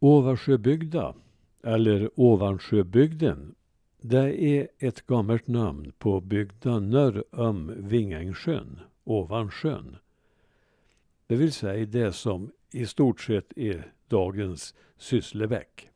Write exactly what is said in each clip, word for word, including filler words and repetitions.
Ovansjöbygda, eller Ovansjöbygden, det är ett gammalt namn på bygda norr om Vingängsjön, Ovansjön. Det vill säga det som i stort sett är dagens Sysslebäck.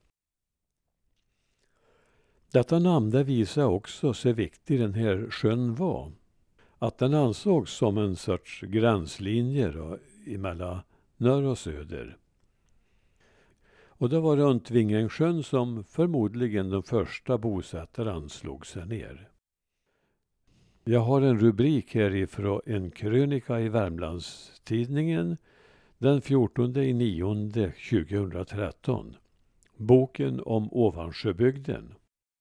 Detta namn det visar också så viktig den här sjön var. Att den ansågs som en sorts gränslinje då, emellan norr och söder. Och det var runt Vingängsjön som förmodligen de första bosättare slog sig ner. Jag har en rubrik här ifrån en krönika i Värmlandstidningen den fjortonde nionde tjugohundratretton. Boken om Ovansjöbygden.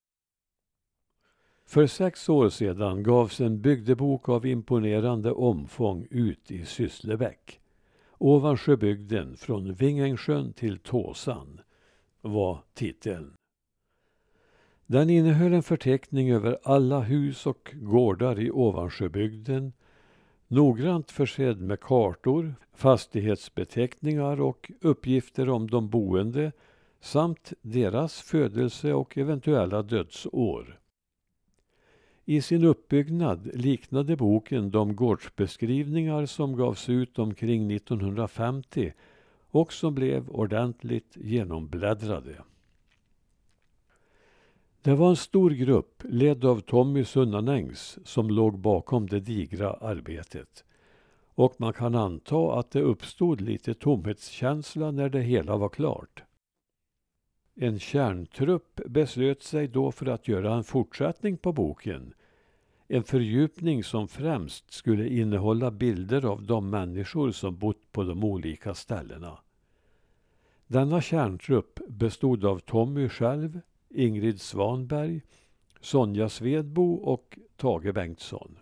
För sex år sedan gavs en bygdebok av imponerande omfång ut i Sysslebäck. Ovansjöbygden från Vingängsjön till Tåsan var titeln. Den innehöll en förteckning över alla hus och gårdar i Ovansjöbygden, noggrant försedd med kartor, fastighetsbeteckningar och uppgifter om de boende samt deras födelse och eventuella dödsår. I sin uppbyggnad liknade boken de gårdsbeskrivningar som gavs ut omkring nittonhundrafemtio och som blev ordentligt genombläddrade. Det var en stor grupp ledd av Tommy Sunnanängs som låg bakom det digra arbetet. Och man kan anta att det uppstod lite tomhetskänsla när det hela var klart. En kärntrupp beslöt sig då för att göra en fortsättning på boken. En fördjupning som främst skulle innehålla bilder av de människor som bott på de olika ställena. Denna kärntrupp bestod av Tommy själv, Ingrid Svanberg, Sonja Svedbo och Tage Bengtsson.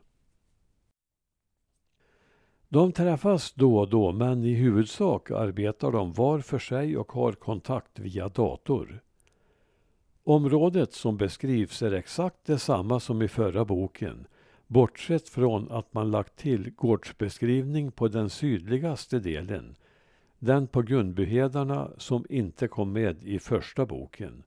De träffas då och då, men i huvudsak arbetar de var för sig och har kontakt via dator. Området som beskrivs är exakt detsamma som i förra boken, bortsett från att man lagt till gårdsbeskrivning på den sydligaste delen, den på Gunbyhedarna som inte kom med i första boken.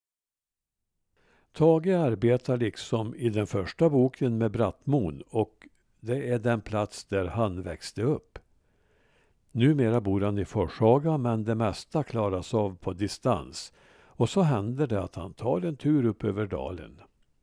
Tage arbetar liksom i den första boken med Brattmon och det är den plats där han växte upp. Numera bor han i Forshaga, men det mesta klaras av på distans. Och så händer det att han tar en tur upp över dalen.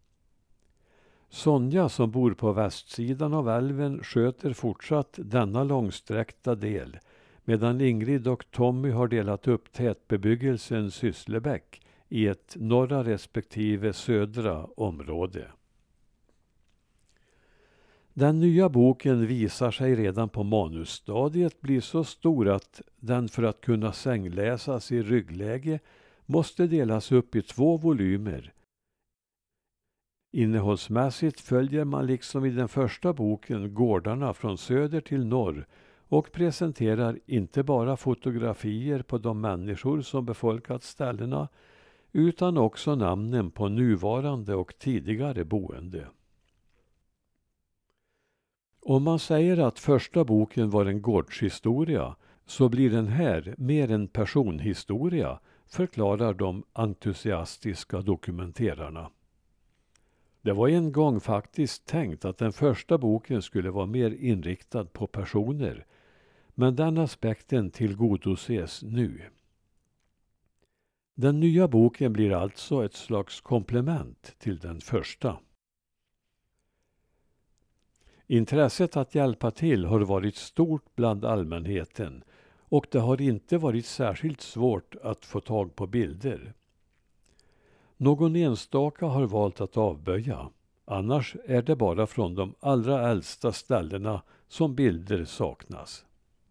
Sonja som bor på västsidan av älven sköter fortsatt denna långsträckta del, medan Ingrid och Tommy har delat upp tätbebyggelsen Sysslebäck i ett norra respektive södra område. Den nya boken visar sig redan på manusstadiet bli så stor att den för att kunna sängläsas i ryggläge måste delas upp i två volymer. Innehållsmässigt följer man liksom i den första boken gårdarna från söder till norr och presenterar inte bara fotografier på de människor som befolkat ställena utan också namnen på nuvarande och tidigare boende. Om man säger att första boken var en gårdshistoria så blir den här mer en personhistoria, förklarar de entusiastiska dokumenterarna. Det var en gång faktiskt tänkt att den första boken skulle vara mer inriktad på personer, men den aspekten tillgodoses nu. Den nya boken blir alltså ett slags komplement till den första. Intresset att hjälpa till har varit stort bland allmänheten och det har inte varit särskilt svårt att få tag på bilder. Någon enstaka har valt att avböja, annars är det bara från de allra äldsta ställena som bilder saknas.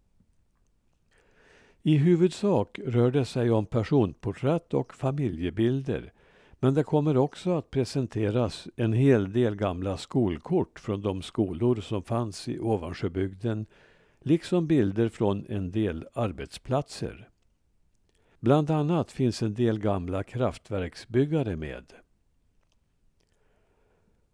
I huvudsak rör det sig om personporträtt och familjebilder, men det kommer också att presenteras en hel del gamla skolkort från de skolor som fanns i Ovansjöbygden, liksom bilder från en del arbetsplatser. Bland annat finns en del gamla kraftverksbyggare med.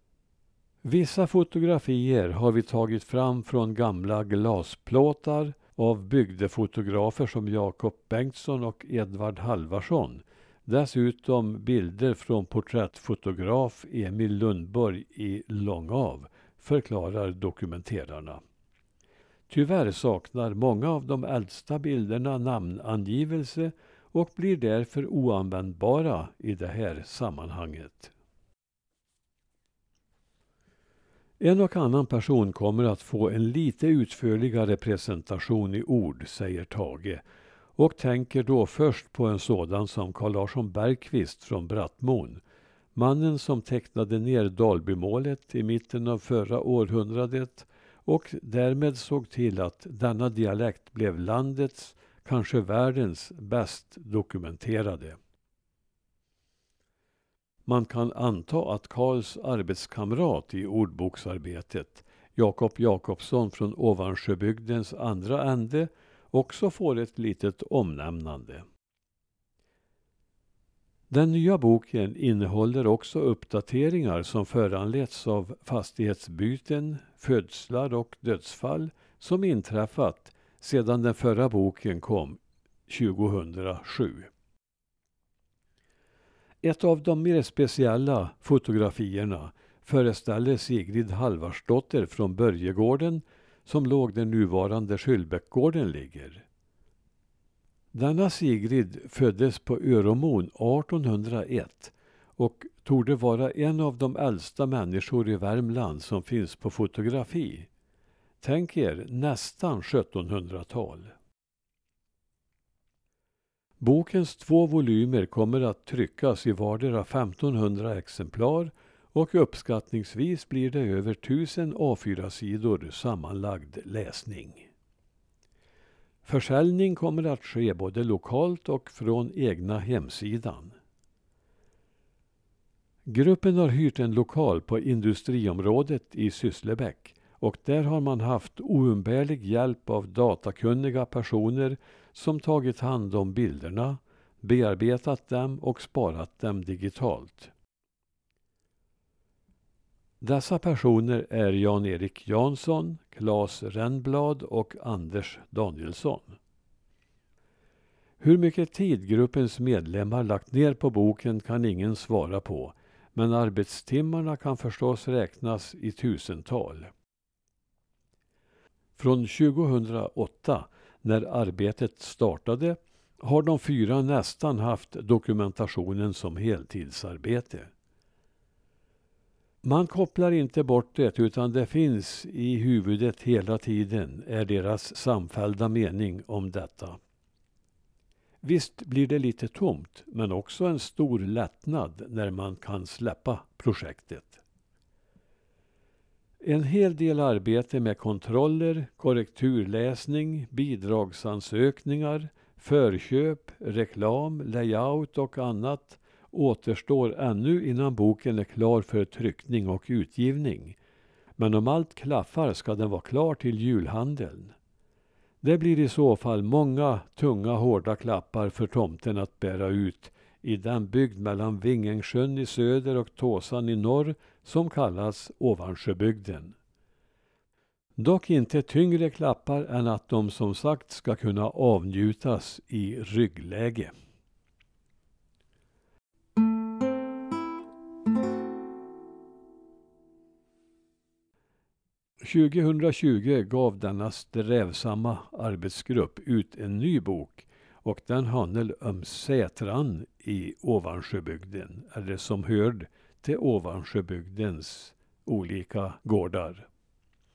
Vissa fotografier har vi tagit fram från gamla glasplåtar, av bygdefotografer som Jakob Bengtsson och Edvard Halvarsson. Dessutom bilder från porträttfotograf Emil Lundborg i Långav, förklarar dokumenterarna. Tyvärr saknar många av de äldsta bilderna namnangivelse och blir därför oanvändbara i det här sammanhanget. En och annan person kommer att få en lite utförligare presentation i ord, säger Tage, och tänker då först på en sådan som Carl Larsson Bergqvist från Brattmon, mannen som tecknade ner Dalbymålet i mitten av förra århundradet och därmed såg till att denna dialekt blev landets, kanske världens, bäst dokumenterade. Man kan anta att Karls arbetskamrat i ordboksarbetet, Jakob Jakobsson från Ovansjöbygdens andra ände, också får ett litet omnämnande. Den nya boken innehåller också uppdateringar som föranletts av fastighetsbyten, födslar och dödsfall som inträffat sedan den förra boken kom tjugohundrasju. Ett av de mer speciella fotografierna föreställer Sigrid Halvarsdotter från Börjegården som låg där nuvarande Skyllbäckgården ligger. Denna Sigrid föddes på Öromon artonhundraett och torde vara en av de äldsta människor i Värmland som finns på fotografi. Tänk er nästan sjuttonhundratal. Bokens två volymer kommer att tryckas i vardera femtonhundra exemplar och uppskattningsvis blir det över tusen A fyra sidor sammanlagd läsning. Försäljning kommer att ske både lokalt och från egna hemsidan. Gruppen har hyrt en lokal på industriområdet i Sysslebäck och där har man haft oumbärlig hjälp av datakunniga personer som tagit hand om bilderna, bearbetat dem och sparat dem digitalt. Dessa personer är Jan-Erik Jansson, Claes Rennblad och Anders Danielsson. Hur mycket tid gruppens medlemmar lagt ner på boken kan ingen svara på, men arbetstimmarna kan förstås räknas i tusental. Från tjugohundraåtta, när arbetet startade, har de fyra nästan haft dokumentationen som heltidsarbete. Man kopplar inte bort det utan det finns i huvudet hela tiden, är deras samfällda mening om detta. Visst blir det lite tomt, men också en stor lättnad när man kan släppa projektet. En hel del arbete med kontroller, korrekturläsning, bidragsansökningar, förköp, reklam, layout och annat återstår ännu innan boken är klar för tryckning och utgivning. Men om allt klaffar ska den vara klar till julhandeln. Det blir i så fall många tunga hårda klappar för tomten att bära ut i den bygd mellan Vingängssjön i söder och Tåsan i norr som kallas Ovansjöbygden. Dock inte tyngre klappar än att de som sagt ska kunna avnjutas i ryggläge. tjugohundratjugo gav denna strävsamma arbetsgrupp ut en ny bok och den handlar om Sätran i Ovansjöbygden, eller som hörd till Ovansjöbygdens olika gårdar.